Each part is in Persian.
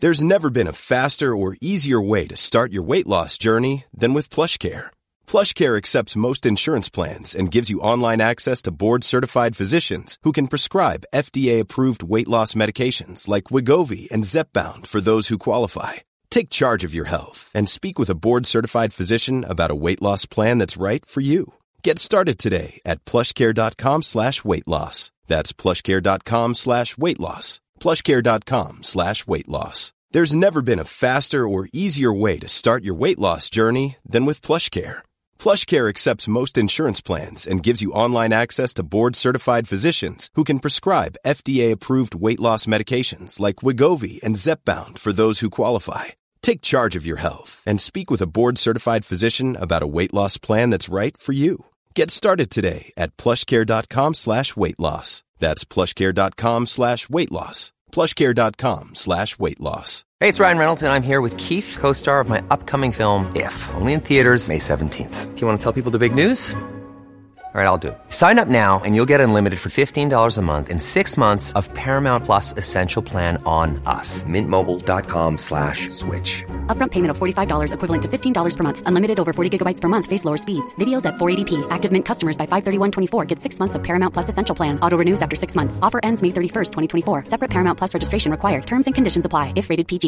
There's never been a faster or easier way to start your weight loss journey than with PlushCare. PlushCare accepts most insurance plans and gives you online access to board-certified physicians who can prescribe FDA-approved weight loss medications like Wegovy and Zepbound for those who qualify. Take charge of your health and speak with a board-certified physician about a weight loss plan that's right for you. Get started today at plushcare.com/weightloss. That's plushcare.com/weightloss. plushcare.com/weightloss. There's never been a faster or easier way to start your weight loss journey than with PlushCare. PlushCare accepts most insurance plans and gives you online access to board-certified physicians who can prescribe FDA-approved weight loss medications like Wegovy and Zepbound for those who qualify. Take charge of your health and speak with a board-certified physician about a weight loss plan that's right for you. Get started today at plushcare.com/weightloss. That's plushcare.com/weightloss. plushcare.com/weightloss. Hey, it's Ryan Reynolds, and I'm here with Keith, co-star of my upcoming film, If, only in theaters May 17th. Do you want to tell people the big news? All right, I'll do it. Sign up now and you'll get unlimited for $15 a month and 6 months of Paramount Plus Essential Plan on us. MintMobile.com/switch. Upfront payment of $45 equivalent to $15 per month. Unlimited over 40 gigabytes per month. Face lower speeds. Videos at 480p. Active Mint customers by 531.24 get 6 months of Paramount Plus Essential Plan. Auto renews after 6 months. Offer ends May 31st, 2024. Separate Paramount Plus registration required. Terms and conditions apply if rated PG.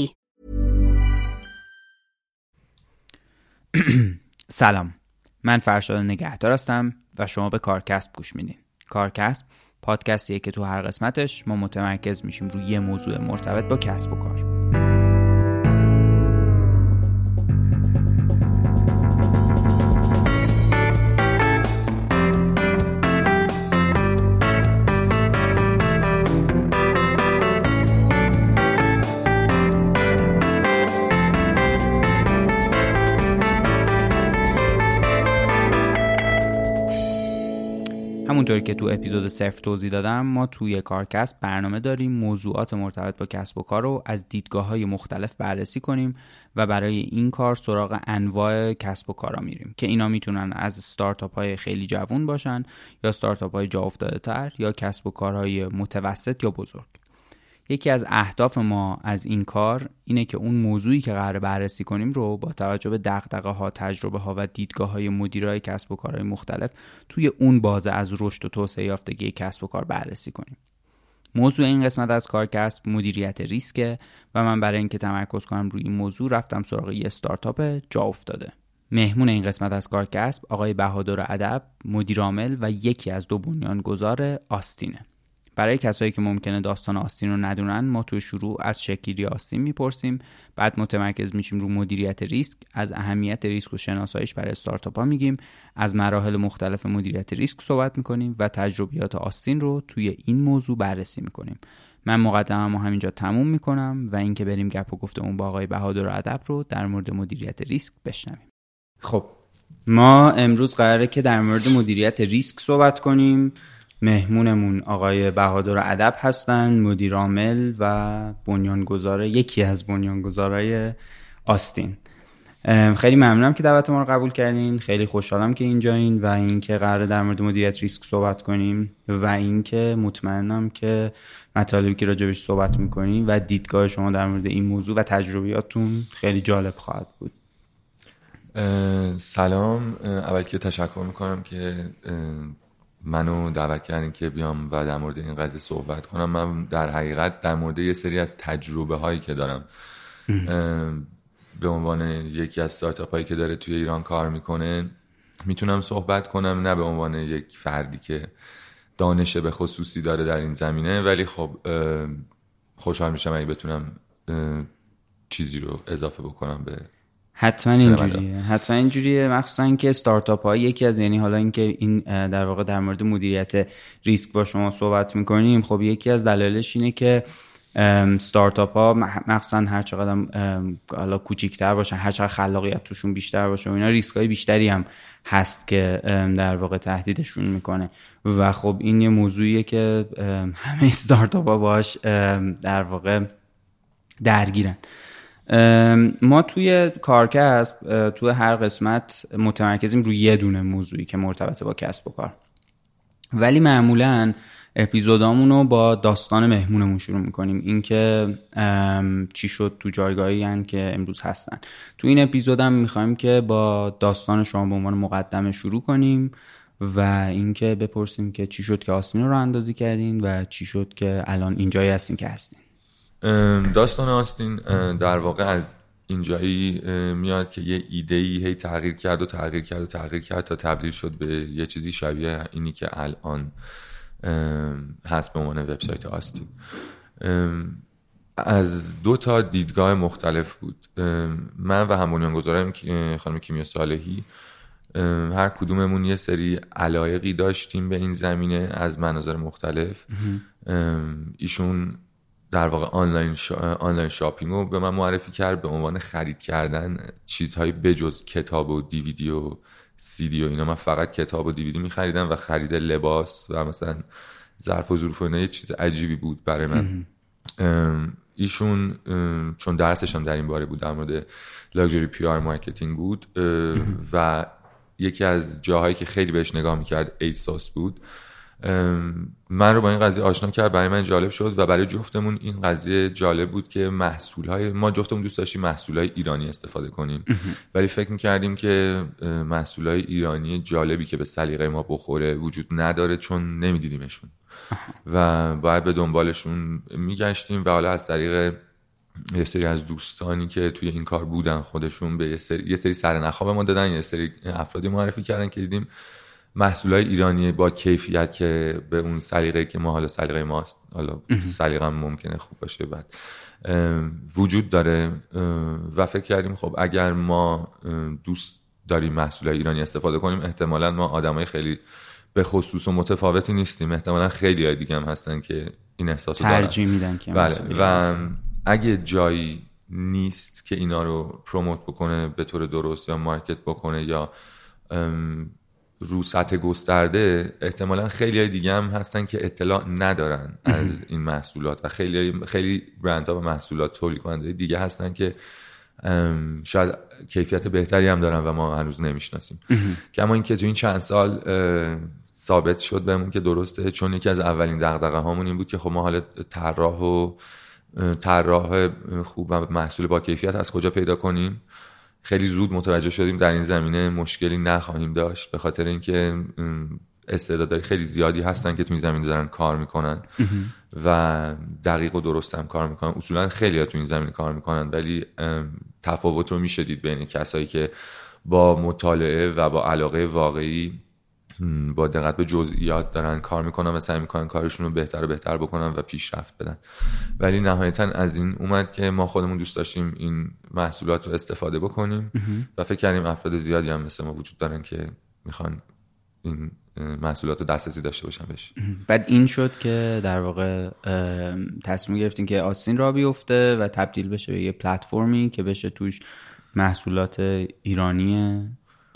سلام. من فرشاد نگهدار هستم و شما به کارکست گوش میدین. کارکست پادکستیه که تو هر قسمتش ما متمرکز میشیم روی یه موضوع مرتبط با کسب و کار. همونطور که تو اپیزود 0 توضیح دادم، ما توی کارکست برنامه داریم موضوعات مرتبط با کسب و کار رو از دیدگاه‌های مختلف بررسی کنیم و برای این کار سراغ انواع کسب و کارا میریم که اینا میتونن از استارتاپ‌های خیلی جوان باشن یا استارتاپ‌های جا افتاده‌تر یا کسب و کارهای متوسط یا بزرگ. یکی از اهداف ما از این کار اینه که اون موضوعی که قراره بررسی کنیم رو با توجه به دغدغه‌ها، تجربه‌ها و دیدگاه‌های مدیرای کسب و کارهای مختلف توی اون بازه از رشد و توسعه یافتگی کسب و کار بررسی کنیم. موضوع این قسمت از کارکست مدیریت ریسکه و من برای اینکه تمرکز کنم روی این موضوع رفتم سراغ یه استارتاپ جا افتاده. مهمون این قسمت از کارکست آقای بهادر ادب، مدیر عامل و یکی از 2 بنیانگذار آستینه. برای کسایی که ممکنه داستان آستین رو ندونن، ما توی شروع از شکل‌گیری آستین میپرسیم، بعد متمرکز میشیم رو مدیریت ریسک، از اهمیت ریسک و شناساییش برای استارتاپ‌ها میگیم، از مراحل مختلف مدیریت ریسک صحبت میکنیم و تجربیات آستین رو توی این موضوع بررسی میکنیم. من مقدمه‌مو همینجا تموم میکنم و اینکه بریم گپ و گفتمون با آقای بهادر ادب رو در مورد مدیریت ریسک بشنویم. خب ما امروز قراره که در مورد مدیریت ریسک صحبت کنیم. مهمونمون آقای بهادر ادب هستن، مدیر عامل و یکی از بنیانگذارای آستین. خیلی ممنونم که دعوت ما رو قبول کردین. خیلی خوشحالم که اینجایین و اینکه قراره در مورد مدیریت ریسک صحبت کنیم و اینکه مطمئنم که مطالبی که راجبش صحبت میکنیم و دیدگاه شما در مورد این موضوع و تجربیاتون خیلی جالب خواهد بود. سلام. اول که تشکر میکنم که منو دعوت کردین که بیام و در مورد این قضیه صحبت کنم. من در حقیقت در مورد یه سری از تجربه هایی که دارم به عنوان یکی از استارتاپ هایی که داره توی ایران کار میکنه میتونم صحبت کنم، نه به عنوان یک فردی که دانش به خصوصی داره در این زمینه، ولی خب خوشحال میشم اگه بتونم چیزی رو اضافه بکنم به حتما اینجوریه مخصوصا که استارتاپ ها یکی از، یعنی حالا اینکه این در واقع در مورد مدیریت ریسک با شما صحبت میکنیم، خب یکی از دلایلش اینه که استارتاپ ها مخصوصا هر چقدر حالا کوچیک‌تر باشن، هر چقدر خلاقیت توشون بیشتر باشه و اینا، ریسک های بیشتری هم هست که در واقع تهدیدشون میکنه و خب این یه موضوعیه که همه استارتاپ ها باهاش در واقع درگیرن. ما توی کارکسب توی هر قسمت متمرکزیم روی یه دونه موضوعی که مرتبطه با کسب و کار، ولی معمولاً اپیزودامون رو با داستان مهمونمون شروع میکنیم، اینکه چی شد تو جایگاهی هن که امروز هستن. تو این اپیزودم میخوایم که با داستان شما به عنوان مقدمه شروع کنیم و اینکه بپرسیم که چی شد که آستین رو اندازی کردین و چی شد که الان اینجایی هستین که هستین. داستان آستین در واقع از اینجایی میاد که یه ایده‌ای هی تغییر کرد تا تبدیل شد به یه چیزی شبیه اینی که الان هست به عنوان وبسایت آستین. از 2 تا دیدگاه مختلف بود. من و هم بنیانگذارم خانم کیمیا صالحی هر کدوممون یه سری علایقی داشتیم به این زمینه از مناظر مختلف. ایشون در واقع آنلاین شاپینگ رو به من معرفی کرد به عنوان خرید کردن چیزهای بجز کتاب و دیویدی و سیدی و اینا. من فقط کتاب و دیویدی می‌خریدم و خرید لباس و مثلا ظرف و ظروف و اینا یه چیز عجیبی بود برای من. ایشون چون درسش هم در این باره بود، در مورد لاکچری پی آر مارکتینگ بود و یکی از جاهایی که خیلی بهش نگاه می‌کرد ایساس بود. من رو با این قضیه آشنا کرد، برای من جالب شد و برای جفتمون این قضیه جالب بود که ما جفتمون دوست داشتیم محصولای ایرانی استفاده کنیم، ولی فکر می‌کردیم که محصولای ایرانی جالبی که به سلیقه ما بخوره وجود نداره چون نمی‌دیدیمشون و باید به دنبالشون میگشتیم و حالا از طریق یه سری از دوستانی که توی این کار بودن خودشون به یه سری سرنخا به ما دادن، یه سری افرادی معرفی کردن که دیدیم محصولای ایرانی با کیفیت که به اون سلیقه که ما حالا سلیقه ماست، حالا سلیقه هم ممکنه خوب باشه بعد وجود داره و فکر کردیم خب اگر ما دوست داریم محصولای ایرانی استفاده کنیم احتمالاً ما آدمای خیلی به خصوص و متفاوتی نیستیم، احتمالاً خیلی های دیگه هم هستن که این احساسو دارن ترجیح میدن که بله. و اگه جایی نیست که اینا رو پروموت بکنه به طور درست یا مارکت بکنه یا رو سطح گسترده، احتمالاً خیلی های دیگه هم هستن که اطلاع ندارن از این محصولات و خیلی برندها و محصولات تولید کننده دیگه هستن که شاید کیفیت بهتری هم دارن و ما هنوز نمیشناسیم. کما این که تو این چند سال ثابت شد بهمون که درسته، چون یکی از اولین دغدغه هامون این بود که خب ما حالا طراح خوب و محصول با کیفیت از کجا پیدا کنیم. خیلی زود متوجه شدیم در این زمینه مشکلی نخواهیم داشت، به خاطر اینکه استعدادهای خیلی زیادی هستن که تو این زمینه دارن کار میکنن و دقیق و درست هم کار میکنن. اصولا خیلی ها تو این زمینه کار میکنن، ولی تفاوت رو میشه دید بین کسایی که با مطالعه و با علاقه واقعی با دقت به جزئیات دارن کار میکنن و سعی میکنن کارشون رو بهتر و بهتر بکنن و پیشرفت بدن. ولی نهایتا از این اومد که ما خودمون دوست داشتیم این محصولات رو استفاده بکنیم و فکر کردیم افراد زیادی هم مثل ما وجود دارن که میخوان این محصولات رو دسترسی داشته باشن بهش. بعد این شد که در واقع تصمیم گرفتین که آستین را بیفته و تبدیل بشه به یه پلتفرمی که بشه توش محصولات ایرانی.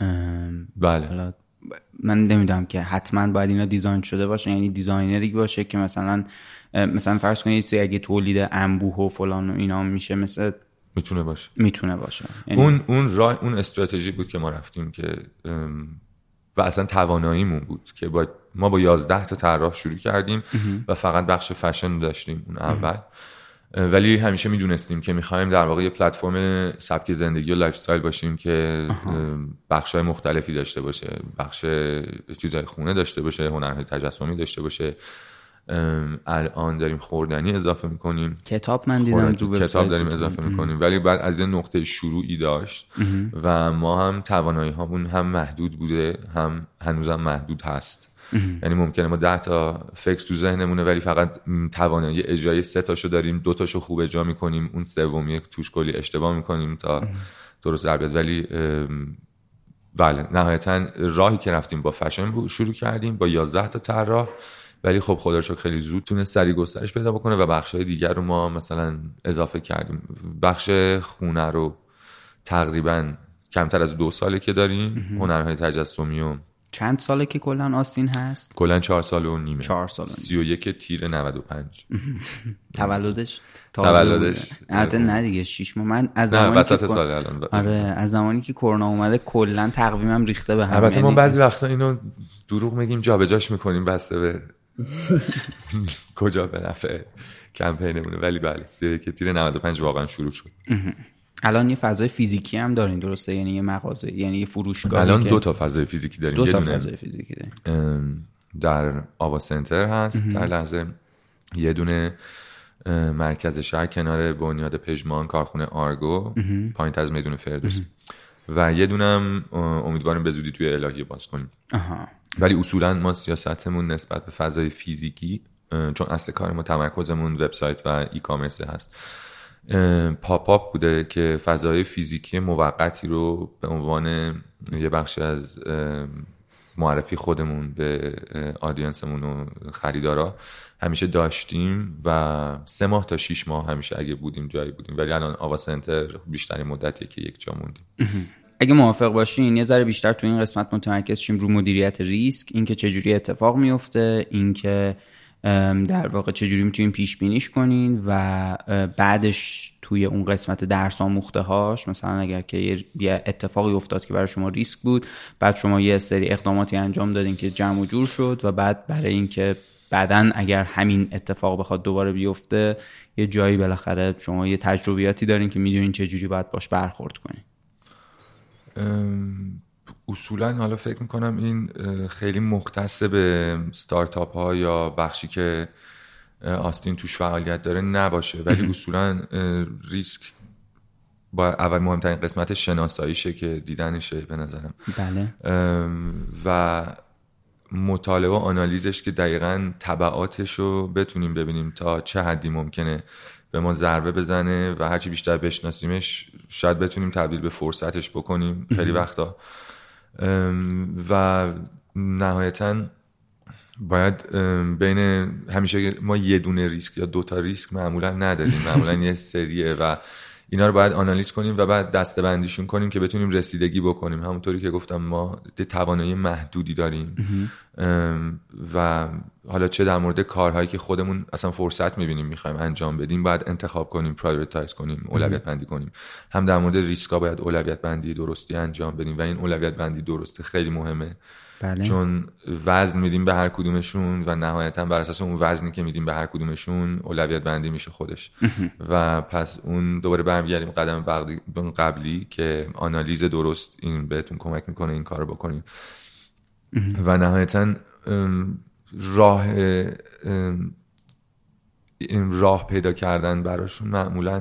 بله. من نمیدونم که حتما باید اینا دیزاین شده باشه، یعنی دیزاینری باشه که مثلا فرض کنید اگه تولید انبوه و فلان و اینا میشه مثلا میتونه باشه. یعنی اون استراتژی بود که ما رفتیم که و اصلا تواناییمون بود که ما با 11 تا طراح شروع کردیم و فقط بخش فشن داشتیم اون اول. ولی همیشه میدونستیم که میخوایم در واقع یه پلتفرم سبک زندگی و لایف استایل باشیم که بخشای مختلفی داشته باشه، بخش چیزای خونه داشته باشه، هنرهای تجسمی داشته باشه. الان داریم خوردنی اضافه میکنیم، کتاب من دیدم کتاب داریم اضافه میکنیم، ولی بعد از این نقطه شروعی داشت و ما هم توانایی هامون هم محدود بوده هم هنوزم محدود هست. یعنی ممکنه ما 10 تا فکر تو ذهنمونه ولی فقط توانایی اجرای 3 تاشو داریم، 2 تاشو خوب اجرا میکنیم، اون سومی توش کلی اشتباه میکنیم تا درست در بیاد. ولی بله نهایتا راهی که رفتیم با فشن شروع کردیم با 11 تا طراح، ولی خب خدا رو شکر خیلی زود تونست سری گسترش پیدا بکنه و بخشای دیگر رو ما مثلا اضافه کردیم. بخش خونه رو تقریبا کمتر از 2 ساله که داریم، هنرهای تجسمی و چند ساله که کلن آستین هست؟ کلن 4 سال و نیمه. 4 سال و نیمه. 31 تیر 95. تولدش البته نه دیگه 6 ماه. من از زمانی وسط سال الان. آره از زمانی که کرونا اومده کلا تقویمم ریخته به هم. البته ما بعضی وقتا اینو دروغ میگیم جابجاش میکنیم بسته به کجا به نفع کمپینمونه. ولی بله 31 تیر 95 واقعا شروع شد. الان یه فضای فیزیکی هم دارین درسته؟ یعنی یه مغازه، یعنی یه فروشگاه. الان 2 تا فضای فیزیکی داریم. 2 تا فضای فیزیکی داریم. در آوا سنتر هست در لحظه، یه دونه مرکز شهر کنار بنیاد پژمان کارخونه آرگو پایین‌تر از میدون فردوسی و یه دونم امیدواریم به زودی توی الهی باز کنیم. ولی اصولا ما سیاستمون نسبت به فضای فیزیکی، چون اصل کار ما تمرکزمون وبسایت و ای کامرس هست، پاپ آپ بوده که فضای فیزیکی موقتی رو به عنوان یه بخشی از معرفی خودمون به آدینسمون و خریدارا همیشه داشتیم و 3 ماه تا 6 ماه همیشه اگه بودیم جایی بودیم. ولی الان آوا سنتر بیشترین مدتیه که یک جا موندیم. اگه موافق باشین یه ذره بیشتر تو این قسمت متمرکز شیم رو مدیریت ریسک، اینکه چجوری اتفاق میفته، اینکه در واقع چجوری میتونین پیش بینیش کنین و بعدش توی اون قسمت درس آموخته هاش، مثلا اگر که یه اتفاقی افتاد که برای شما ریسک بود، بعد شما یه سری اقداماتی انجام دادین که جمع و جور شد و بعد برای اینکه بعدن اگر همین اتفاق بخواد دوباره بیفته یه جایی بالاخره شما یه تجربیاتی دارین که میدونین چجوری باید باش برخورد کنین. اصولا حالا فکر میکنم این خیلی مختص به ستارتاپ ها یا بخشی که آستین توش فعالیت داره نباشه، ولی اصولا ریسک با اول مهمترین قسمت شناساییشه که دیدنشه به نظرم. بله. و مطالعه و آنالیزش که دقیقاً تبعاتش رو بتونیم ببینیم تا چه حدی ممکنه به ما ضربه بزنه و هرچی بیشتر بشناسیمش شاید بتونیم تبدیل به فرصتش بکنیم خیلی وقتا. و نهایتاً باید بین همیشه ما یه دونه ریسک یا 2 تا ریسک معمولا نداریم، معمولا یه سریه و اینا رو باید آنالیز کنیم و بعد دسته‌بندیشون کنیم که بتونیم رسیدگی بکنیم. همونطوری که گفتم ما توانایی محدودی داریم و حالا چه در مورد کارهایی که خودمون اصلا فرصت می‌بینیم می‌خوایم انجام بدیم باید انتخاب کنیم، پرایورتایز کنیم، اولویت بندی کنیم. هم در مورد ریسکا باید اولویت بندی درستی انجام بدیم و این اولویت بندی درسته خیلی مهمه. بله. چون وزن میدیم به هر کدومشون و نهایتا بر اساس اون وزنی که میدیم به هر کدومشون اولویت بندی میشه خودش. و پس اون دوباره برمیگردیم قدم قبلی که آنالیز درست این بهتون کمک میکنه این کارو بکنیم. و نهایتا راه پیدا کردن براشون معمولا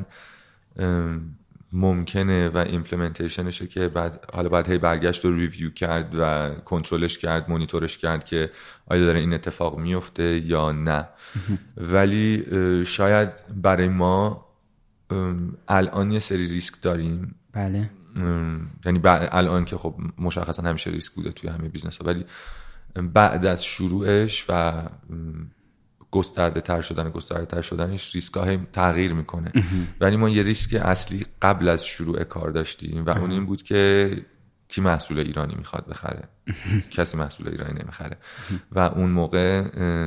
ممکنه و ایمپلمنتیشنشه که بعد حالا باید هی برگشت و ریویو کرد و کنترلش کرد، مونیتورش کرد که آیا داره این اتفاق میفته یا نه. ولی شاید برای ما الان یه سری ریسک داریم. بله. یعنی الان که خب مشخصا همیشه ریسک بوده توی همه بیزنس ها، ولی بعد از شروعش و گسترده تر شدنش ریسک‌ها تغییر میکنه. ولی ما یه ریسک اصلی قبل از شروع کار داشتیم و اون این بود که کی محصول ایرانی میخواد بخره؟ کسی محصول ایرانی نمیخره. و اون موقع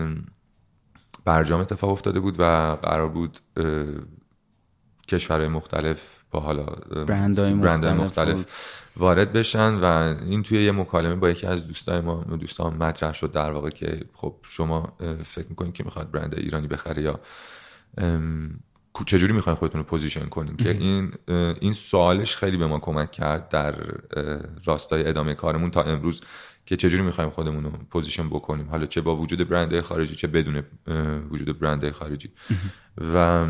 برجام اتفاق افتاده بود و قرار بود کشورهای مختلف با حالا برندهای مختلف وارد بشن و این توی یه مکالمه با یکی از دوستان مطرح شد در واقع که خب شما فکر میکنین که میخواد برند ایرانی بخره یا چجوری میخواین خودتون رو پوزیشن کنین؟ که این سوالش خیلی به ما کمک کرد در راستای ادامه کارمون تا امروز که چجوری میخوایم خودمون رو پوزیشن بکنیم، حالا چه با وجود برندهای خارجی چه بدون وجود برندهای خارجی. و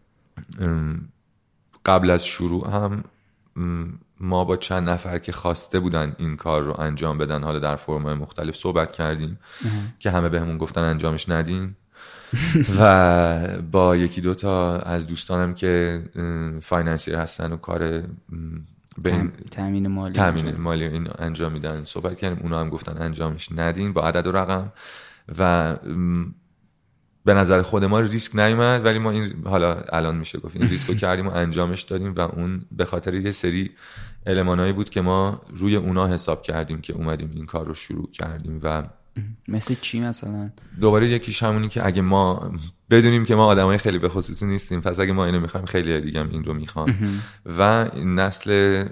قبل از شروع هم ما با چند نفر که خواسته بودن این کار رو انجام بدن حالا در فرم‌های مختلف صحبت کردیم که همه بهمون گفتن انجامش ندین. و با 1-2 تا از دوستانم که فایننسیر هستن و کار به تامین مالی این انجام میدن صحبت کردیم، اونا هم گفتن انجامش ندین با عدد و رقم. و به نظر خود ما ریسک نیومد، ولی ما این حالا الان میشه گفت این ریسکو کردیم و انجامش دادیم و اون به خاطر یه سری المانایی بود که ما روی اونا حساب کردیم که اومدیم این کار رو شروع کردیم. و مثل چی مثلا؟ دوباره یکیش همونی که اگه ما بدونیم که ما آدمای خیلی به خصوصی نیستیم، پس اگه ما اینو میخوایم خیلی دیگه هم این رو میخوان. و نسل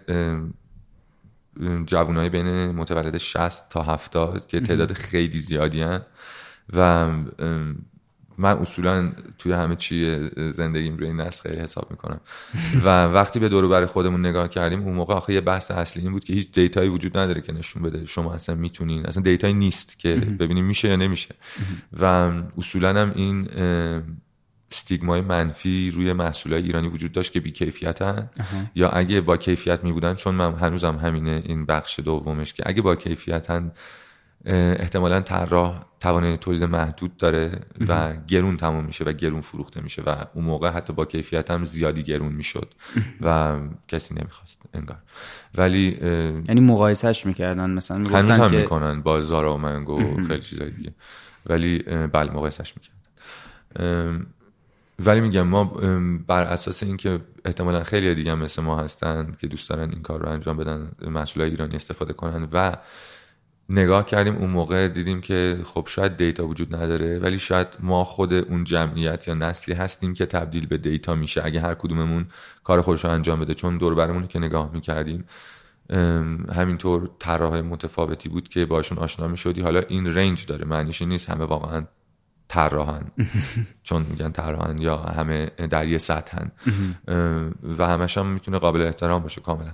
جوانای بین متولد 60 تا 70 که تعداد خیلی زیادی هن و من اصولا توی همه چی زندگیم روی این نسل خیلی حساب میکنم و وقتی به دور و بر خودمون نگاه کردیم اون موقع آخه یه بحث اصلی این بود که هیچ دیتایی وجود نداره که نشون بده شما اصلا میتونین، اصلا دیتایی نیست که ببینیم میشه یا نمیشه و اصولا هم این استیگمای منفی روی محصولات ایرانی وجود داشت که بی کیفیتن یا اگه با کیفیت می بودن، چون من هنوزم همینه این بخش دومش که اگه با کیفیتن احتمالاً طراح توانایی تولید محدود داره و گرون تموم میشه و گرون فروخته میشه و اون موقع حتی با کیفیت هم زیادی گرون میشد و کسی نمیخواست انگار. ولی یعنی مقایسهش میکردن مثلا میگفتن هنوز هم که میکنن با زارا و منگو خیلی چیزای دیگه، ولی بله مقایسهش میکردن. ولی میگم ما بر اساس اینکه احتمالاً خیلی دیگه هم مثل ما هستن که دوست دارن این کار رو انجام بدن، محصولات ایرانی استفاده کنن و نگاه کردیم اون موقع دیدیم که خب شاید دیتا وجود نداره ولی شاید ما خود اون جمعیت یا نسلی هستیم که تبدیل به دیتا میشه اگه هر کدوممون کار خودش رو انجام بده. چون دور برمون که نگاه میکردیم همینطور طراحای متفاوتی بود که باشون آشنا میشدی. حالا این رنج داره، معنیش نیست همه واقعا طراحن چون میگن طراحن یا همه در یه سطحن و همش هم میتونه قابل احترام باشه کاملا.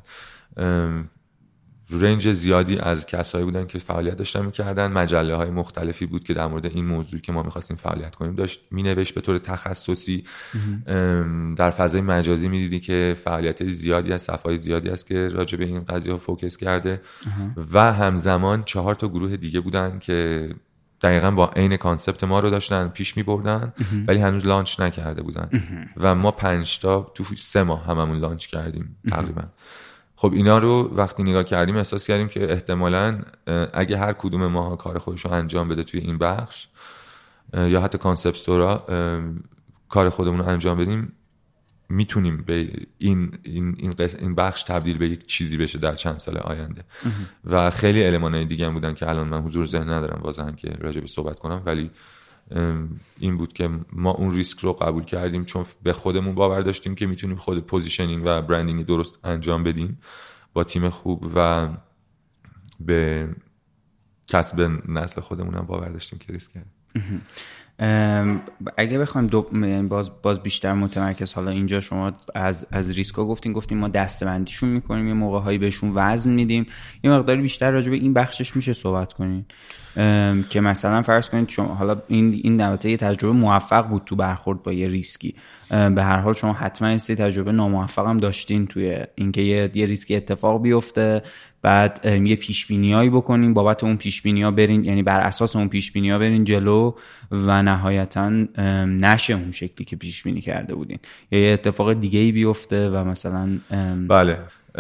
رنج زیادی از کسایی بودن که فعالیت داشتن میکردن، مجله های مختلفی بود که در مورد این موضوعی که ما میخواستیم فعالیت کنیم داشت مینوشت به طور تخصصی. در فضای مجازی میدیدی که فعالیت زیادی از صفحات زیادی است که راجع به این قضیه ها فوکس کرده و همزمان 4 تا گروه دیگه بودن که دقیقاً با عین کانسپت ما رو داشتن پیش می‌بردن ولی هنوز لانچ نکرده بودن و ما 5 تا تو 3 ماه هممون لانچ کردیم تقریباً. خب اینا رو وقتی نگاه کردیم احساس کردیم که احتمالاً اگه هر کدوم ما کار خودش رو انجام بده توی این بخش یا حتی کانسپت استورا کار خودمون رو انجام بدیم میتونیم به این بخش تبدیل به یک چیزی بشه در چند سال آینده. و خیلی المانای دیگه هم بودن که الان من حضور ذهن ندارم واضحا که راجع به صحبت کنم، ولی این بود که ما اون ریسک رو قبول کردیم چون به خودمون باور داشتیم که میتونیم خود پوزیشنینگ و برندینگ درست انجام بدیم با تیم خوب و به کسب نسل خودمون هم باور داشتیم که ریسک کردیم. اگه بخوایم باز بیشتر متمرکز، حالا اینجا شما از ریسکا گفتین ما دسته‌بندیشون میکنیم، یه موقع‌هایی بهشون وزن میدیم، یه مقداری بیشتر راجع به این بخشش میشه صحبت کنین که مثلا فرض کنید شما حالا این نوبته یه تجربه موفق بود تو برخورد با یه ریسکی، به هر حال شما حتما این تجربه ناموفق هم داشتین توی اینکه یه ریسکی اتفاق بیفته، بعد یه پیش‌بینیایی بکنین، بابت اون پیش‌بینی‌ها برین، یعنی بر اساس اون پیش‌بینی‌ها برین جلو و نهایتاً نشه اون شکلی که پیش‌بینی کرده بودین یا یه اتفاق دیگه‌ای بیفته و مثلا بله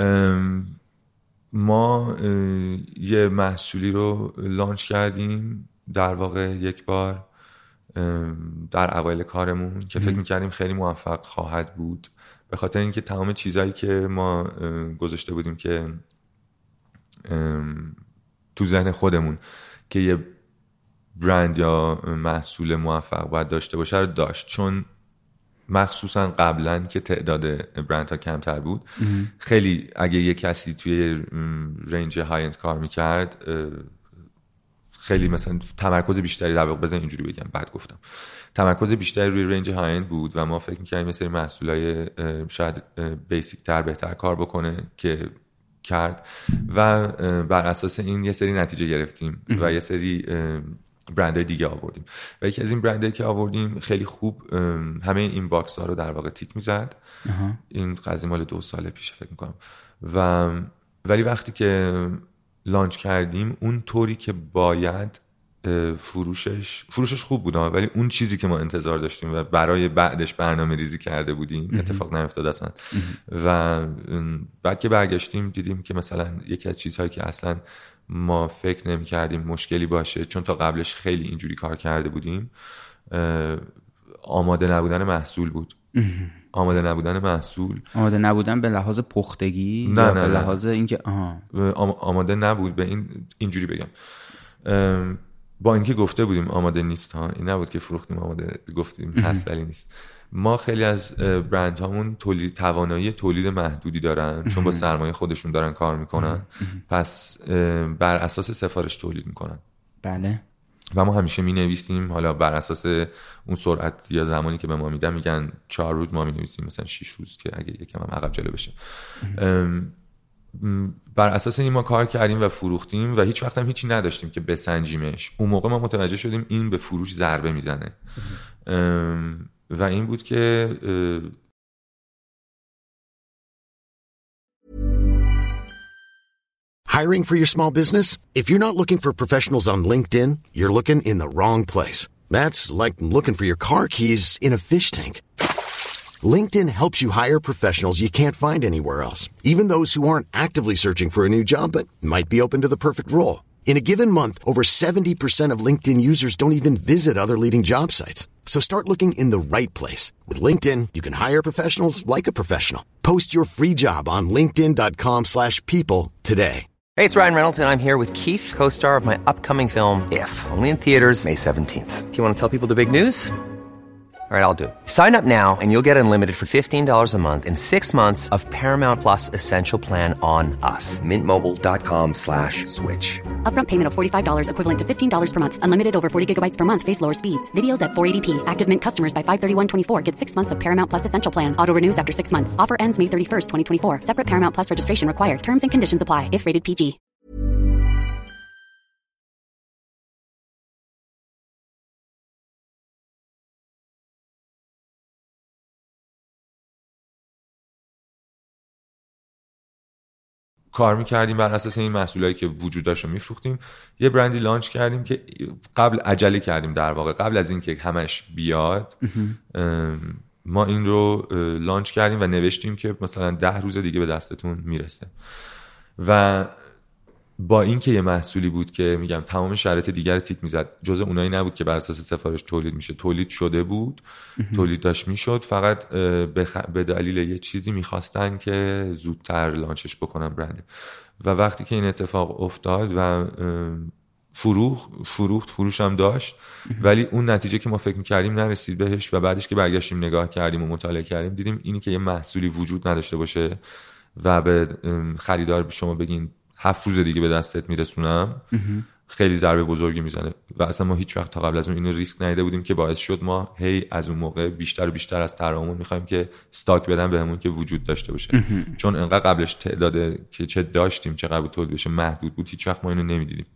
ما یه محصولی رو لانچ کردیم در واقع یک بار در اوایل کارمون که فکر می‌کردیم خیلی موفق خواهد بود، به خاطر اینکه تمام چیزایی که ما گذاشته بودیم که تو ذهن خودمون که یه برند یا محصول موفق باید داشته باشه رو داشت. چون مخصوصا قبلا که تعداد برندها کمتر بود خیلی اگه یه کسی توی رنج های اند کار میکرد خیلی مثلا تمرکز بیشتری در واقع، بزن اینجوری بگم بعد گفتم، تمرکز بیشتری روی رنج های اند بود و ما فکر می‌کردیم مثلا محصولای شاید بیسیک تر بهتر کار بکنه که کرد و بر اساس این یه سری نتیجه گرفتیم و یه سری برندهای دیگه آوردیم و یکی از این برندهایی که آوردیم خیلی خوب همه این باکس ها رو در واقع تیک میزد. این قضیه مال 2 سال پیش فکر میکنم ولی وقتی که لانچ کردیم اون طوری که باید فروشش خوب بود ولی اون چیزی که ما انتظار داشتیم و برای بعدش برنامه ریزی کرده بودیم اتفاق نیفتاد اصلا. و بعد که برگشتیم دیدیم که مثلا یکی از چیزهایی که اصلا ما فکر نمی کردیم مشکلی باشه، چون تا قبلش خیلی اینجوری کار کرده بودیم، آماده نبودن محصول بود. آماده نبودن به لحاظ پختگی نه به لحاظ اینکه آماده نبود به اینجوری بگم، با اینکه گفته بودیم آماده نیست ها، این نبود که فروختیم آماده گفتیم هست ولی نیست. ما خیلی از برند هامون توانایی تولید محدودی دارن چون با سرمایه خودشون دارن کار میکنن، پس بر اساس سفارش تولید میکنن. بله. و ما همیشه می‌نویسیم، حالا بر اساس اون سرعت یا زمانی که به ما میدن، میگن 4 روز، ما می‌نویسیم مثلا 6 روز که اگه یکم هم عقب جلو بشه. بر اساس این ما کار کردیم و فروختیم و هیچ وقت هم هیچی نداشتیم که بسنجیمش. اون موقع ما متوجه شدیم این به فروش ضربه میزنه و این بود که Hiring for your small business? If you're not looking for professionals on LinkedIn, you're looking in the wrong place. That's like looking for your car keys in a fish tank. LinkedIn helps you hire professionals you can't find anywhere else, even those who aren't actively searching for a new job but might be open to the perfect role. In a given month, over 70% of LinkedIn users don't even visit other leading job sites. So start looking in the right place. With LinkedIn, you can hire professionals like a professional. Post your free job on linkedin.com/people today. Hey, it's Ryan Reynolds, and I'm here with Keith, co-star of my upcoming film, If, only in theaters May 17th. Do you want to tell people the big news? All right, I'll do it. Sign up now and you'll get unlimited for $15 a month and 6 months of Paramount Plus Essential Plan on us. MintMobile.com/switch. Upfront payment of $45 equivalent to $15 per month. Unlimited over 40 gigabytes per month. Face lower speeds. Videos at 480p. Active Mint customers by 531.24 get 6 months of Paramount Plus Essential Plan. Auto renews after 6 months. Offer ends May 31st, 2024. Separate Paramount Plus registration required. Terms and conditions apply if rated PG. کار میکردیم بر اساس این محصولایی که وجود داشت رو میفروختیم. یه برندی لانچ کردیم که عجله کردیم، در واقع قبل از این که همش بیاد ما این رو لانچ کردیم و نوشتیم که مثلا 10 روز دیگه به دستتون میرسه. و با این که یه محصولی بود که میگم تمام شرایط دیگر تیک میزد، جزء اونایی نبود که بر اساس سفارش تولید میشه، تولید شده بود، تولید داشت میشد، فقط به دلیل یه چیزی میخواستن که زودتر لانچش بکنن برند. و وقتی که این اتفاق افتاد و فروش هم داشت، ولی اون نتیجه که ما فکر میکردیم نرسید بهش و بعدش که برگشتیم نگاه کردیم و مطالعه کردیم دیدیم اینی که یه محصولی وجود نداشته باشه و به خریدار شما بگین 7 روز دیگه به دستت میرسونم، خیلی ضربه بزرگی میزنه. و اصلا ما هیچ وقت تا قبل از اون اینو ریسک ندیده بودیم که باعث شد ما هی از اون موقع بیشتر و بیشتر از طرحمون میخوایم که استاک بدن بهمون که وجود داشته باشه. چون انقدر قبلش تعداد که چه داشتیم چه قبل تولید بشه محدود بود، هیچ وقت ما اینو نمیدیدیم.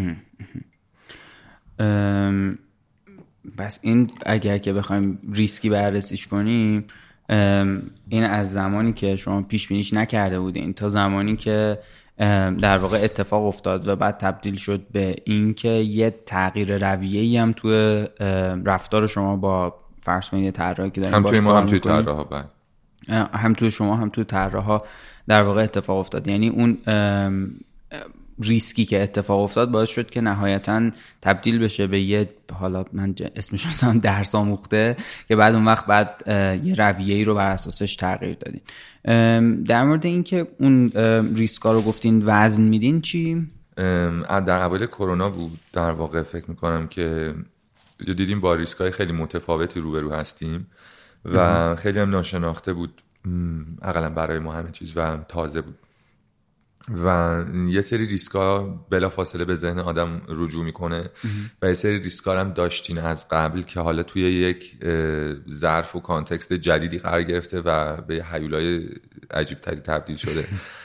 بس این اگر که بخوایم ریسکی بررسیش کنیم، این از زمانی که شما پیش بینیش نکرده بودین تا زمانی که در واقع اتفاق افتاد و بعد تبدیل شد به این که یه تغییر رویه‌ای هم توی رفتار شما با فرض کنید طراحی که دارین هم باش توی ما کار هم توی می‌کنید، طراحا، هم توی شما هم توی طراحا در واقع اتفاق افتاد. یعنی اون ریسکی که اتفاق افتاد باعث شد که نهایتاً تبدیل بشه به یه، حالا من اسمش رو میذارم درس آموخته، که بعد اون وقت بعد یه رویه‌ای رو بر اساسش تغییر دادین. در مورد این که اون ریسکا رو گفتین وزن میدین چی؟ در اوایل کرونا بود در واقع. فکر میکنم که دیدیم با ریسکای خیلی متفاوتی روبرو هستیم و خیلی هم ناشناخته بود اقلا برای ما همه چیز و تازه بود و یه سری ریسکا بلافاصله به ذهن آدم رجوع میکنه و یه سری ریسکا هم داشتین از قبل که حالا توی یک ظرف و کانتکست جدیدی قرار گرفته و به هیولای عجیب تری تبدیل شده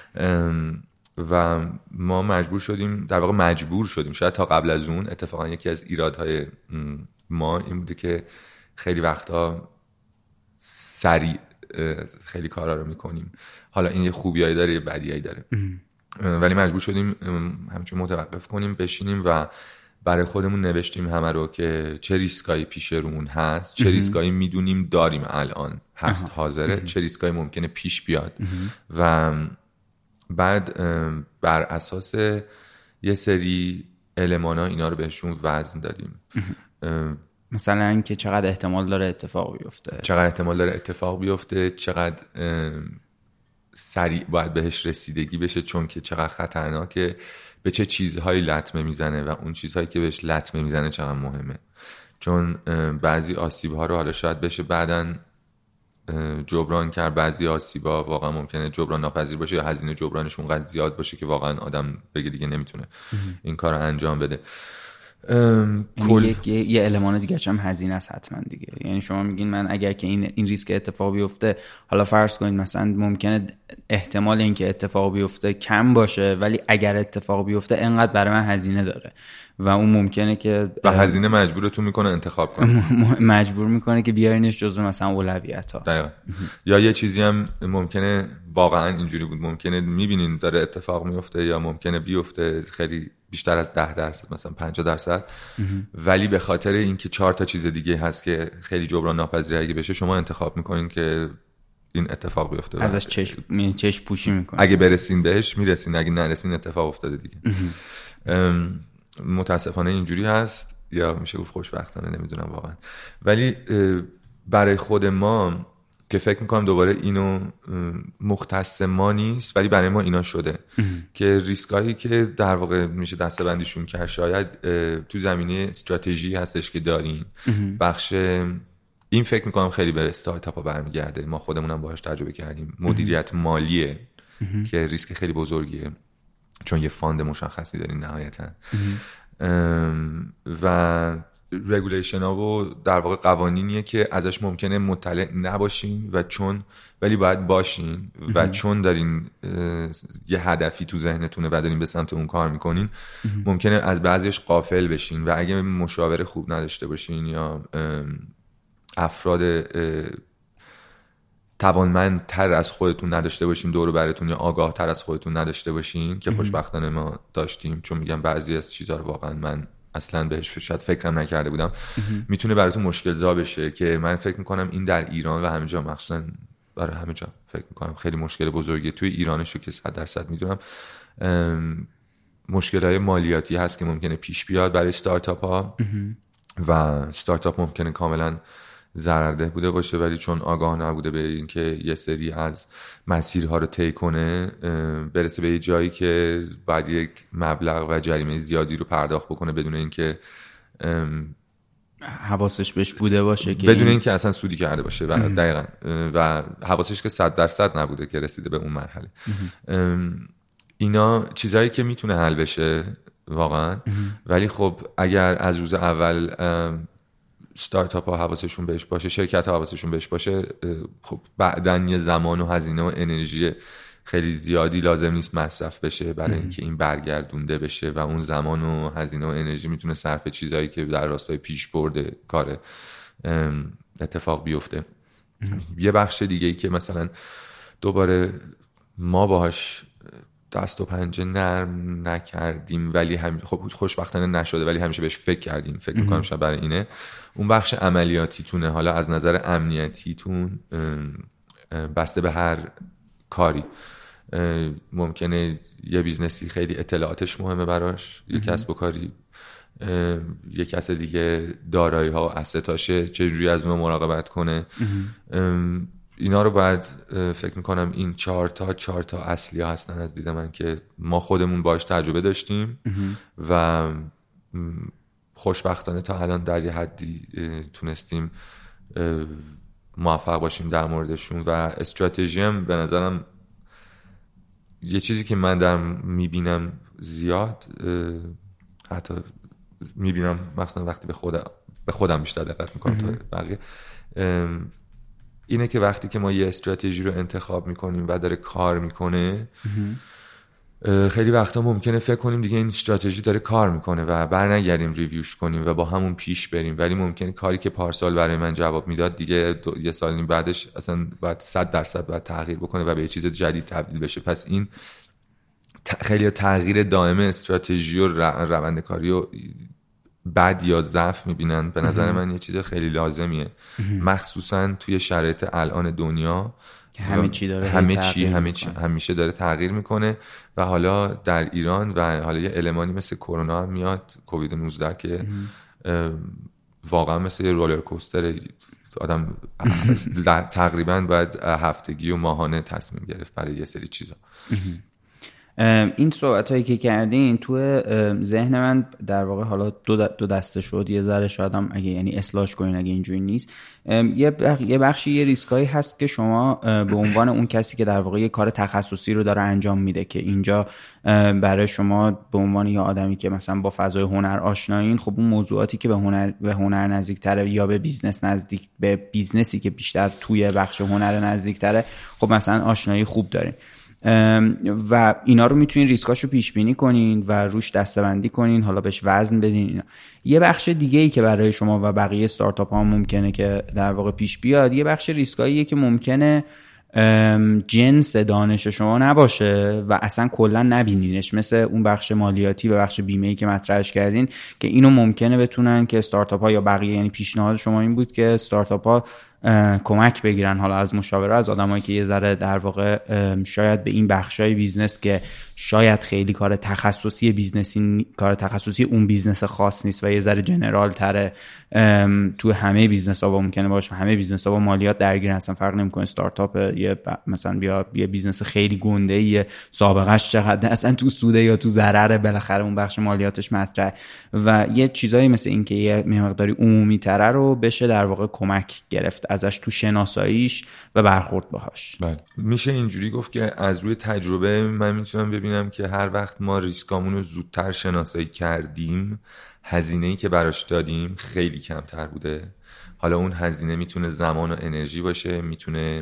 و ما مجبور شدیم شاید تا قبل از اون اتفاقا یکی از ایرادهای ما این بوده که خیلی وقتا سریع خیلی کارا رو میکنیم. حالا این یه خوبیایی داره یه بدیایی داره، ولی مجبور شدیم همچون متوقف کنیم، بشینیم و برای خودمون نوشتیم همه رو که چه ریسکایی پیش رومون هست، چه ریسکایی میدونیم داریم الان هست حاضره، چه ریسکایی ممکنه پیش بیاد و بعد بر اساس یه سری المانا اینا رو بهشون وزن دادیم. مثلا اینکه چقدر احتمال داره اتفاق بیفته، چقدر سریع باید بهش رسیدگی بشه، چون که چقدر خطرناکه، به چه چیزهایی لطمه میزنه و اون چیزهایی که بهش لطمه میزنه چقدر مهمه. چون بعضی آسیب‌ها رو حالا شاید بشه بعدن جبران کرد، بعضی آسیب‌ها واقعا ممکنه جبران ناپذیر باشه یا هزینه جبرانش اونقدر زیاد باشه که واقعا آدم بگه دیگه نمیتونه این کار رو انجام بده. یه المان دیگه هم هزینه است حتما دیگه. یعنی شما میگین من اگر که این ریسک اتفاق بیفته، حالا فرض کنید مثلا ممکنه احتمال اینکه اتفاق بیفته کم باشه، ولی اگر اتفاق بیفته انقدر برای من هزینه داره و اون ممکنه که و هزینه مجبورتون میکنه انتخاب کنه، مجبور میکنه که بیارینش جزو مثلا اولویت‌ها. دقیقاً. یا یه چیزی هم ممکنه واقعا اینجوری بود، ممکنه میبینین داره اتفاق میفته یا ممکنه بیفته خیلی بیشتر از 10% مثلا 50%، ولی به خاطر اینکه 4 تا چیز دیگه هست که خیلی جبران ناپذیره اگه بشه، شما انتخاب میکنین که این اتفاق بیفته، ازش چشم پوشی میکنین. اگه برسین بهش میرسین، اگه نرسین اتفاق افتاده دیگه. متاسفانه اینجوری هست، یا میشه گفت خوشبختانه، نمیدونم واقعا. ولی برای خود ما که فکر میکنم دوباره اینو مختص ما نیست، ولی برای ما اینا شده که ریسکایی که در واقع میشه دسته‌بندیشون کرد، شاید تو زمینه استراتژی هستش که دارین. بخش این فکر میکنم خیلی به استارتاپ ها برمیگرده، ما خودمونم باهاش تجربه کردیم. مدیریت مالیه که ریسک خیلی بزرگیه، چون یه فاند مشخصی دارین نهایتا، و رگولیشن ها و در واقع قوانینیه که ازش ممکنه مطلع نباشین و ولی باید باشین و چون دارین یه هدفی تو ذهنتونه و دارین به سمت اون کار میکنین، ممکنه از بعضیش غافل بشین و اگه مشاور خوب نداشته باشین یا افراد توانمندتر از خودتون نداشته باشین دور و براتون، یا آگاه تر از خودتون نداشته باشین، که خوشبختانه ما داشتیم. چون میگم بعضی از چیزها رو واقعا من اصلا بهش شاید فکرم نکرده بودم، میتونه براتون مشکل زا بشه، که من فکر میکنم این در ایران و همه جا، مخصوصا برای همه جا فکر میکنم خیلی مشکل بزرگیه. توی ایرانشو که 100% میدونم مشکل‌های مالیاتی هست که ممکنه پیش بیاد برای استارتاپ ها و استارتاپ ممکنه کاملا ضررده بوده باشه، ولی چون آگاه نبوده به اینکه یه سری از مسیرها رو طی کنه، برسه به یه جایی که بعد یک مبلغ و جریمه زیادی رو پرداخت بکنه بدون اینکه حواسش بهش بوده باشه، که بدون اینکه اصلا سودی کرده باشه. و دقیقاً و حواسش که 100% نبوده که رسیده به اون مرحله. اینا چیزایی که میتونه حل بشه واقعا، ولی خب اگر از روز اول استارتاپ ها حواسشون بهش باشه، شرکت ها حواسشون بهش باشه، خب بعدن یه زمان و هزینه و انرژی خیلی زیادی لازم نیست مصرف بشه برای اینکه این برگردونده بشه و اون زمان و هزینه و انرژی میتونه صرف چیزایی که در راستای پیش برده کار اتفاق بیفته. یه بخش دیگه ای که مثلا دوباره ما باهاش دست و پنجه نرم نکردیم، ولی خب خوشبختانه نشده، ولی همیشه بهش فکر کردیم، فکر میکنم شاید برای اینه، اون بخش عملیاتیتونه. حالا از نظر امنیتیتون بسته به هر کاری، ممکنه یه بیزنسی خیلی اطلاعاتش مهمه براش، یه کسب و کاری، یه کس دیگه دارایی ها و اسستاشه چجوری از اون مراقبت کنه. اینا رو باید فکر میکنم این 4 تا اصلی ها هستن از دید من که ما خودمون باش تجربه داشتیم و خوشبختانه تا الان در یه حدی تونستیم موفق باشیم در موردشون. و استراتژی هم به نظرم یه چیزی که من در میبینم زیاد، حتی میبینم مثلا وقتی به خودم بیشتر دقت میکنم تا بقیه، اینه که وقتی که ما یه استراتژی رو انتخاب میکنیم و داره کار میکنه، خیلی وقتا ممکنه فکر کنیم دیگه این استراتژی داره کار میکنه و برنگردیم ریویوش کنیم و با همون پیش بریم، ولی ممکنه کاری که پارسال برای من جواب میداد دیگه یه سال نیم بعدش اصلا باید 100% باید تغییر بکنه و به یه چیز جدید تبدیل بشه. پس این خیلی تغییر دائم استراتژی و روند کاری و بد یا ضعف میبینن. به نظر من یه چیز خیلی لازمیه، مخصوصا توی شرایط الان دنیا همه چی داره همیشه داره تغییر میکنه و حالا در ایران و حالا یه المانی مثل کرونا هم میاد، کووید 19 که واقعا مثل یه رولر کوستر، آدم تقریبا باید هفتگی و ماهانه تصمیم گرفت برای یه سری چیزا. این صحبتایی که کردین تو ذهن من در واقع حالا دو دسته شد. یه ذره شاید هم اگه یعنی اصلاحش کنین اگه اینجوری نیست، یه بخشی یه ریسکایی هست که شما به عنوان اون کسی که در واقع یه کار تخصصی رو داره انجام میده که اینجا برای شما به عنوان یه آدمی که مثلا با فضای هنر آشنایین، خب اون موضوعاتی که به هنر نزدیک‌تره یا به بیزنسی که بیشتر توی بخش هنر نزدیک‌تره، خب مثلا آشنایی خوب دارین و اینا رو میتونین ریسکاشو پیش بینی کنین و روش دسته‌بندی کنین، حالا بهش وزن بدین. اینا یه بخش دیگه ای که برای شما و بقیه استارتاپ ها ممکنه که در واقع پیش بیاد، یه بخش ریسکاییه که ممکنه جنس دانش شما نباشه و اصلا کلا نبینینش، مثل اون بخش مالیاتی و بخش بیمه‌ای که مطرحش کردین که اینو ممکنه بتونن که استارتاپ ها یا بقیه، یعنی پیشنهاد شما این بود که استارتاپ ها کمک بگیرن حالا از مشاوره از آدمایی که یه ذره در واقع شاید به این بخشای بیزنس که شاید خیلی کار تخصصی اون بیزنس خاص نیست و یه ذره جنرال تره، تو همه بیزنس ها ممکنه باشه. همه بیزنس ها با مالیات درگیر هستن، فرق نمیکنه استارتاپ مثلا یه بیزنس خیلی گنده یه سابقهش چقدر اصلا تو سوده یا تو ضرره، بالاخره اون بخش مالیاتش مطرحه و یه چیزایی مثل این که یه مقداری عمومی تره رو بشه در واقع کمک گرفت ازش تو شناساییش و برخورد باهاش. بله، میشه اینجوری گفت که از روی تجربه من میتونم ببینم که هر وقت ما ریسکامون رو زودتر شناسایی کردیم، هزینه‌ای که براش دادیم خیلی کمتر بوده. حالا اون هزینه میتونه زمان و انرژی باشه، میتونه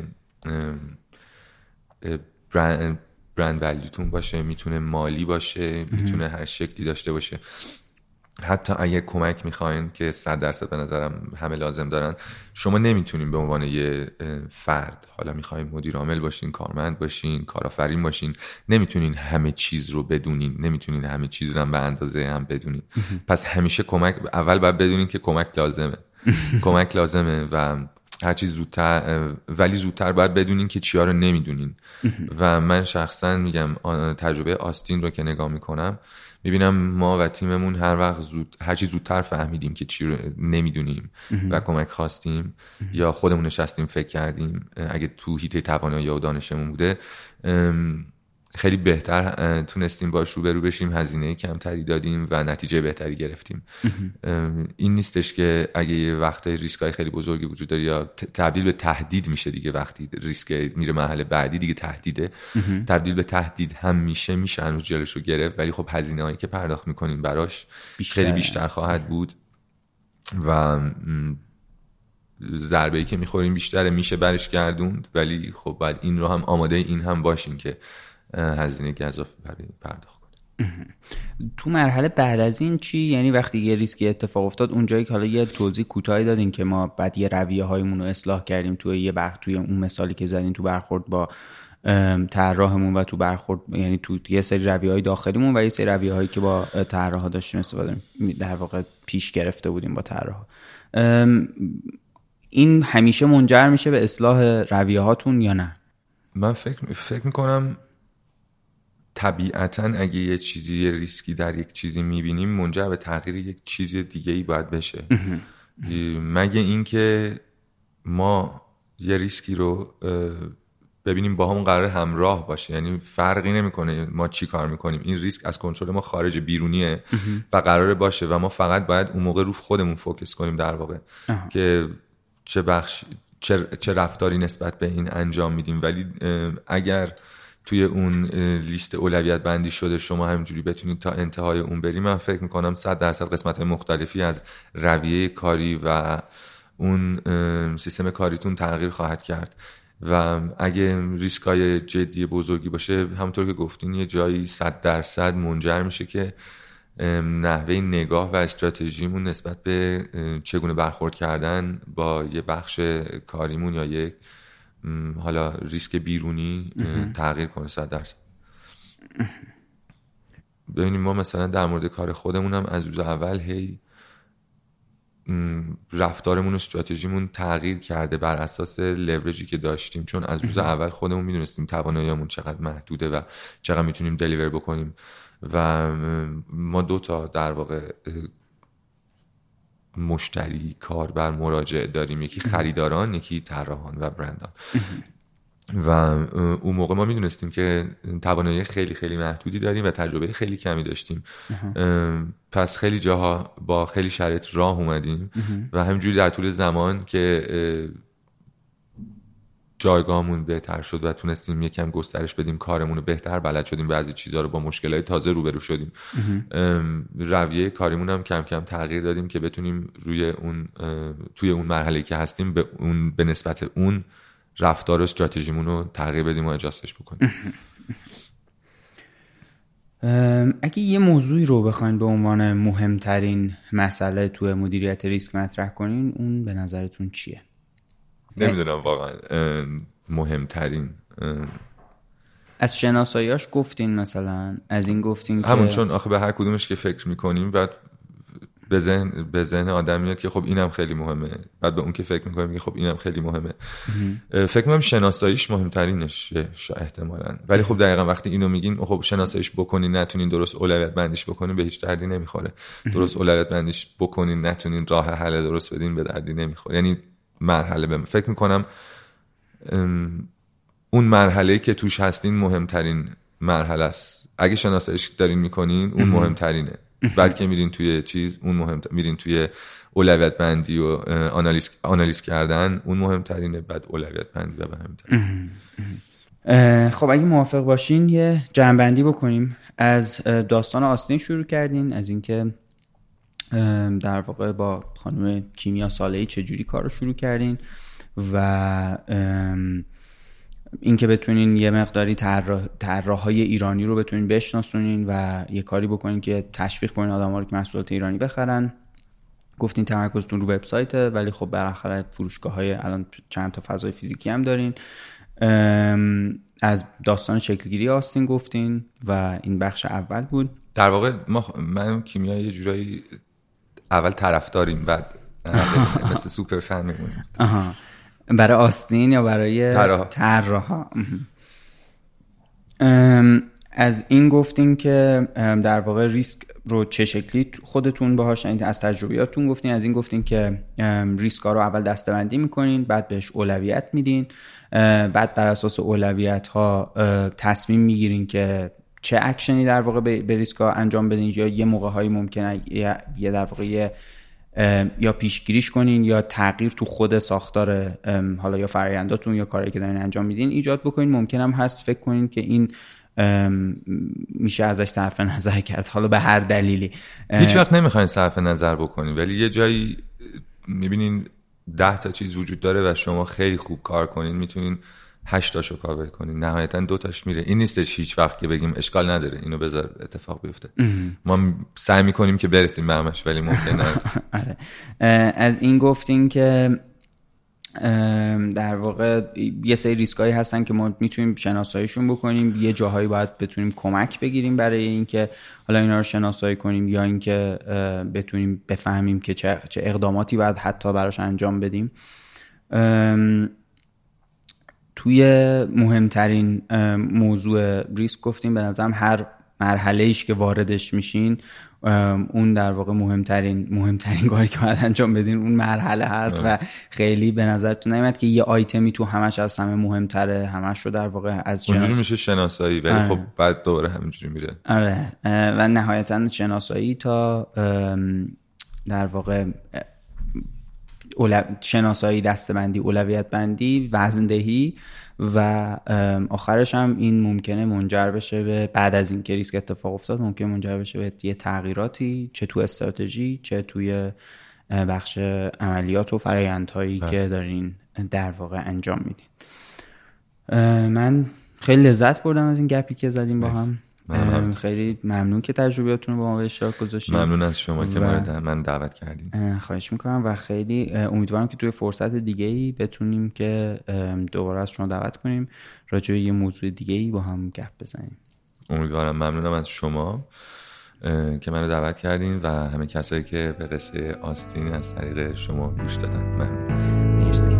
برند ولیوتون باشه، میتونه مالی باشه، میتونه هر شکلی داشته باشه. حتی اگر کمک میخواین که 100% به نظرم همه لازم دارن، شما نمیتونین به عنوان یه فرد، حالا میخواین مدیر عامل باشین، کارمند باشین، کارآفرین باشین، نمیتونین همه چیز رو بدونین، نمیتونین همه چیز رو به اندازه هم بدونین. پس همیشه کمک اول باید بدونین که کمک لازمه. کمک لازمه و هر چیز زودتر، ولی زودتر باید بدونین که چیا رو نمیدونین. و من شخصا میگم تجربه آستین رو که نگاه میکنم، میبینم ما و تیممون هر چی زودتر فهمیدیم که چی رو نمیدونیم و کمک خواستیم یا خودمون نشستیم فکر کردیم، اگه تو حیطه توانایی و دانشمون بوده، خیلی بهتر تونستیم باش روبرو بشیم، هزینه کمتری دادیم و نتیجه بهتری گرفتیم. این نیستش که اگه یه وقتای ریسکای خیلی بزرگی وجود داره یا تبدیل به تهدید میشه دیگه، وقتی ریسک میره مرحله بعدی دیگه تهدیده، تبدیل به تهدید هم میشه هنوز جلوشو گرفت، ولی خب هزینه هایی که پرداخت میکنین براش خیلی بیشتر خواهد بود و ضربه‌ای که میخورین بیشتره، میشه برش گردوند، ولی خب بعد این رو هم آماده این هم باشین که هزینه گزاف برای پرداخت کنه. تو مرحله بعد از این چی؟ یعنی وقتی یه ریسکی اتفاق افتاد، اون جایی که حالا یه توضیح کوتاهی دادین که ما بعد یه رویه هایمون رو اصلاح کردیم توی اون مثالی که زدین تو برخورد با طراحمون و تو برخورد، یعنی تو یه سری رویه‌های داخلیمون و یه سری رویه‌هایی که با طراحا داشتیم استفاده در واقع پیش گرفته بودیم با طراحا، این همیشه منجر میشه به اصلاح رویه هاتون یا نه؟ من فکر میکنم طبیعتاً اگه یه ریسکی در یک چیزی میبینیم، منجر به تغییر یک چیز دیگه ای باید بشه. مگه اینکه ما یه ریسکی رو ببینیم با همون قرار همراه باشه، یعنی فرقی نمیکنه ما چی کار میکنیم، این ریسک از کنترل ما خارج، بیرونیه و قراره باشه و ما فقط باید اون موقع رو خودمون فوکس کنیم در واقع که چه رفتاری نسبت به این انجام میدیم. ولی اگر توی اون لیست اولویت بندی شده شما همینجوری بتونید تا انتهای اون بریم، من فکر میکنم 100% قسمت‌های مختلفی از رویه کاری و اون سیستم کاریتون تغییر خواهد کرد. و اگه ریسکای جدی بزرگی باشه، همونطور که گفتین یه جایی 100% منجر میشه که نحوه نگاه و استراتژیمون نسبت به چگونه برخورد کردن با یه بخش کاریمون یا یک حالا ریسک بیرونی تغییر کنه 100%. ببینیم ما مثلا در مورد کار خودمون هم از روز اول هی رفتارمون و استراتژیمون تغییر کرده بر اساس لورجی که داشتیم، چون از روز اول خودمون میدونستیم تواناییمون چقدر محدوده و چقدر میتونیم دلیور بکنیم و ما 2 تا در واقع مشتری، کاربر، مراجع داریم، یکی خریداران، یکی طراحان و برندان. و اون موقع ما میدونستیم که توانایی خیلی خیلی محدودی داریم و تجربه خیلی کمی داشتیم. پس خیلی جاها با خیلی شرایط راه اومدیم و همینجوری در طول زمان که جایگاهمون بهتر شد و تونستیم یکم گسترش بدیم، کارمون رو بهتر بلد شدیم، بعضی چیزا رو با مشکلات تازه روبرو شدیم، رویه کاریمون هم کم کم تغییر دادیم که بتونیم روی اون توی اون مرحله‌ای که هستیم به نسبت اون رفتار و استراتژیمون رو تغییر بدیم و اجاستش بکنیم. اگه یه موضوعی رو بخواین به عنوان مهمترین مسئله توی مدیریت ریسک مطرح کنین، اون به نظرتون چیه؟ نمیدونم واقعا مهمترین. از شناساییاش گفتین، مثلا از این گفتین که همون، چون آخه به هر کدومش که فکر میکنیم بعد به ذهن آدم میاد که خب اینم خیلی مهمه، بعد به اون که فکر میکنیم که خب اینم خیلی مهمه. فکر میکنم شناساییش مهمترینش احتمالاً، ولی خب دقیقاً وقتی اینو میگین خب شناساییش بکنین نتونین درست اولویت بندیش بکنین به هیچ دردی نمیخوره. درست اولویت بندیش بکنین نتونین راه حل درست بدین به دردی نمیخوره. یعنی مرحله فکر میکنم اون مرحله‌ای که توش هستین مهمترین مرحله است. اگه شناساییش دارین میکنین اون مهمترینه، بعد که میرین توی چیز اون میرین توی اولویت بندی و آنالیز کردن اون مهمترینه، بعد اولویت بندی و به همین ترتیب. خب اگه موافق باشین یه جمع‌بندی بکنیم. از داستان آستین شروع کردین، از اینکه در واقع با خانم کیمیا صالحی چجوری کار رو شروع کردین و اینکه بتونین یه مقداری طراحای ایرانی رو بتونین بشناسونین و یه کاری بکنین که تشویق کنین آدم‌ها رو که محصولات ایرانی بخرن. گفتین تمرکزتون رو وبسایته، ولی خب بالاخره فروشگاه‌های الان چند تا فضای فیزیکی هم دارین. از داستان شکلگیری آستین گفتین و این بخش اول بود. در واقع من کیمیا یه جورایی اول طرفداریم، بعد مثل سوپر فن میمونیم. برای آستین یا برای طراحا؟ از این گفتین که در واقع ریسک رو چه شکلی خودتون باهاش، از تجربیاتتون گفتین. از این گفتین که ریسک ها رو اول دسته‌بندی میکنین، بعد بهش اولویت میدین، بعد بر اساس اولویت ها تصمیم میگیرین که چه اکشنی در واقع به ریسک ها انجام بدین، یا یه موقع هایی ممکنه یه در واقع یا پیشگیریش کنین یا تغییر تو خود ساختار حالا یا فرآینداتون یا کاری که دارین انجام میدین ایجاد بکنین. ممکن هم هست فکر کنین که این میشه ازش صرف نظر کرد، حالا به هر دلیلی. هیچ وقت نمیخواین صرف نظر بکنین، ولی یه جایی میبینین 10 تا چیز وجود داره و شما خیلی خوب کار کنین میتونین 8 تاشو کاور کنین، نهایتا 2 تاش میره. این نیستش هیچ وقت که بگیم اشکال نداره اینو بذار اتفاق بیفته. ما سعی میکنیم که برسیم به همش، ولی ممکن نیست. آره. از این گفتین که در واقع یه سری ریسکایی هستن که ما میتونیم شناساییشون بکنیم، یه جاهایی باید بتونیم کمک بگیریم برای اینکه حالا اینا رو شناسایی کنیم، یا اینکه بتونیم بفهمیم که چه اقداماتی باید حتی براش انجام بدیم. توی مهمترین موضوع ریسک گفتیم به نظرم هر مرحله ایش که واردش میشین اون در واقع مهمترین کاری که باید انجام بدین اون مرحله هست و خیلی به نظرتون نمیاد که یه آیتمی تو همش از همه مهمتره، همش رو در واقع از اونجوری میشه شناسایی، ولی خب بعد دوباره همینجوری میره. آره. و نهایتا شناسایی تا در واقع شناسایی، دسته‌بندی، اولویت بندی، وزندهی و آخرش هم این ممکنه منجر بشه به بعد از این که ریسک اتفاق افتاد ممکنه منجر بشه به یه تغییراتی، چه تو استراتژی چه توی بخش عملیات و فرآیندهایی که دارین در واقع انجام میدین. من خیلی لذت بردم از این گپی که زدیم با هم. خیلی ممنون که تجربیاتون رو با ما به اشتراک گذاشتین. ممنون از شما که من دعوت کردین. خواهش میکنم و خیلی امیدوارم که توی فرصت دیگه‌ای بتونیم که دوباره از شما دعوت کنیم راجع به یه موضوع دیگه‌ای با هم گپ بزنیم. امیدوارم. ممنونم از شما که منو دعوت کردین و همه کسایی که به قصه آستین از طریق شما گوش دادن. ممنون. مرسی.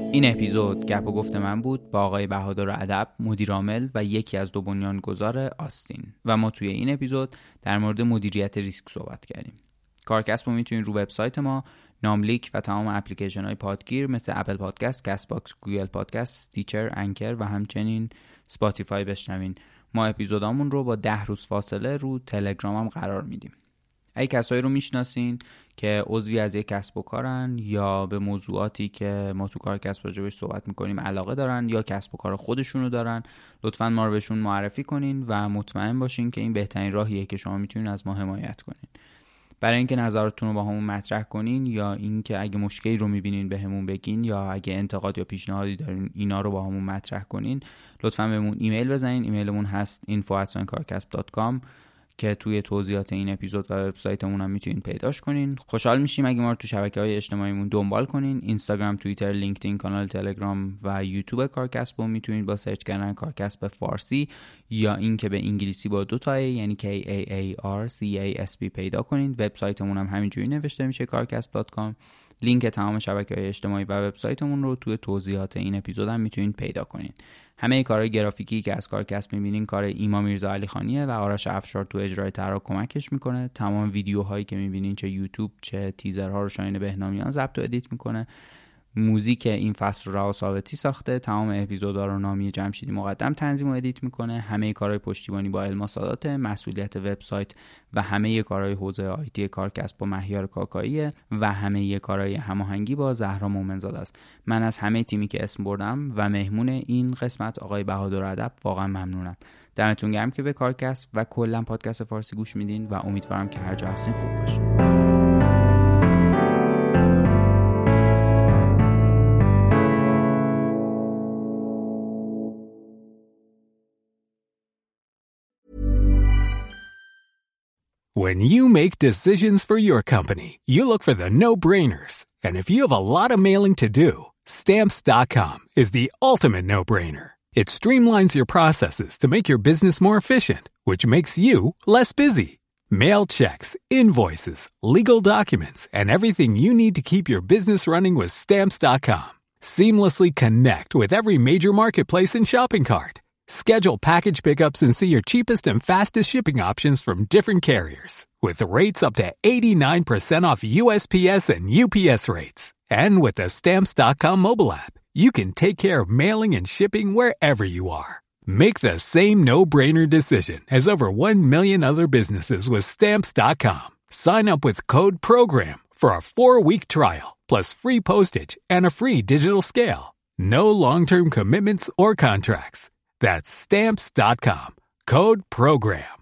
این اپیزود گپ و گفت من بود با آقای بهادر ادب، مدیر عامل و یکی از دو بنیانگذار آستین، و ما توی این اپیزود در مورد مدیریت ریسک صحبت کردیم. کارکسب رو میتونید رو وبسایت ما، ناملیک و تمام اپلیکیشن های پادگیر مثل اپل پادکست، کست باکس، گوگل پادکست، تیچر، انکر و همچنین اسپاتیفای بشنوین. ما اپیزودامون رو با 10 روز فاصله رو تلگرام هم قرار میدیم. اگه کسایی رو میشناسین که عضوی از یک کسب و کارن یا به موضوعاتی که ما تو کارکسب راجبش صحبت میکنیم علاقه دارن یا کسب و کار خودشونو دارن، لطفاً ما رو بهشون معرفی کنین و مطمئن باشین که این بهترین راهیه که شما میتونین از ما حمایت کنین. برای اینکه نظراتتون رو با همون مطرح کنین یا اینکه اگه مشکلی رو میبینین بهمون بگین یا اگه انتقاد یا پیشنهادی دارین اینا رو با همون مطرح کنین، لطفاً بهمون ایمیل بزنین. ایمیلمون هست info@karkasb.com که توی توضیحات این اپیزود و وبسایتمون هم میتونین پیداش کنین. خوشحال میشیم اگه ما رو تو شبکه‌های اجتماعیمون دنبال کنین. اینستاگرام، توییتر، لینکدین، کانال تلگرام و یوتیوب کارکسب رو میتونین با سرچ کردن کارکسب فارسی یا این که به انگلیسی با 2 تای یعنی KAARCASB پیدا کنین. وبسایتمون هم همینجوری نوشته میشه karkasb.com. لینک تمام شبکه‌های اجتماعی و وبسایتمون رو توی توضیحات این اپیزود هم میتونین پیدا کنین. همه کارهای گرافیکی که از کارکسب می‌بینین کار ایما میرزا علی خانیه و آرش افشار تو اجرای طراح کمکش میکنه. تمام ویدیوهایی که می‌بینین چه یوتیوب چه تیزرها رو شاهین بهنامیان ضبط و ادیت میکنه. موزیک این فصل رو رها ثابتی ساخته. تمام اپیزودا رو نامی جمشیدی مقدم تنظیم و ادیت میکنه. همه کارهای پشتیبانی با علما سادات. مسئولیت وبسایت و همه کارهای حوزه آیتی کارکسب با مهیار کاکایی و همه کارهای هماهنگی با زهرا مومنزاده است. من از همه تیمی که اسم بردم و مهمون این قسمت آقای بهادر ادب واقعا ممنونم. دمتون گرم که به کارکسب و کلا پادکست فارسی گوش میدین و امیدوارم که هر جا هستین خوب باشین. When you make decisions for your company, you look for the no-brainers. And if you have a lot of mailing to do, Stamps.com is the ultimate no-brainer. It streamlines your processes to make your business more efficient, which makes you less busy. Mail checks, invoices, legal documents, and everything you need to keep your business running with Stamps.com. Seamlessly connect with every major marketplace and shopping cart. Schedule package pickups and see your cheapest and fastest shipping options from different carriers, with rates up to 89% off USPS and UPS rates. And with the Stamps.com mobile app, you can take care of mailing and shipping wherever you are. Make the same no-brainer decision as over 1 million other businesses with Stamps.com. Sign up with code PROGRAM for a 4-week trial, plus free postage and a free digital scale. No long-term commitments or contracts. That's Stamps.com. Code PROGRAM.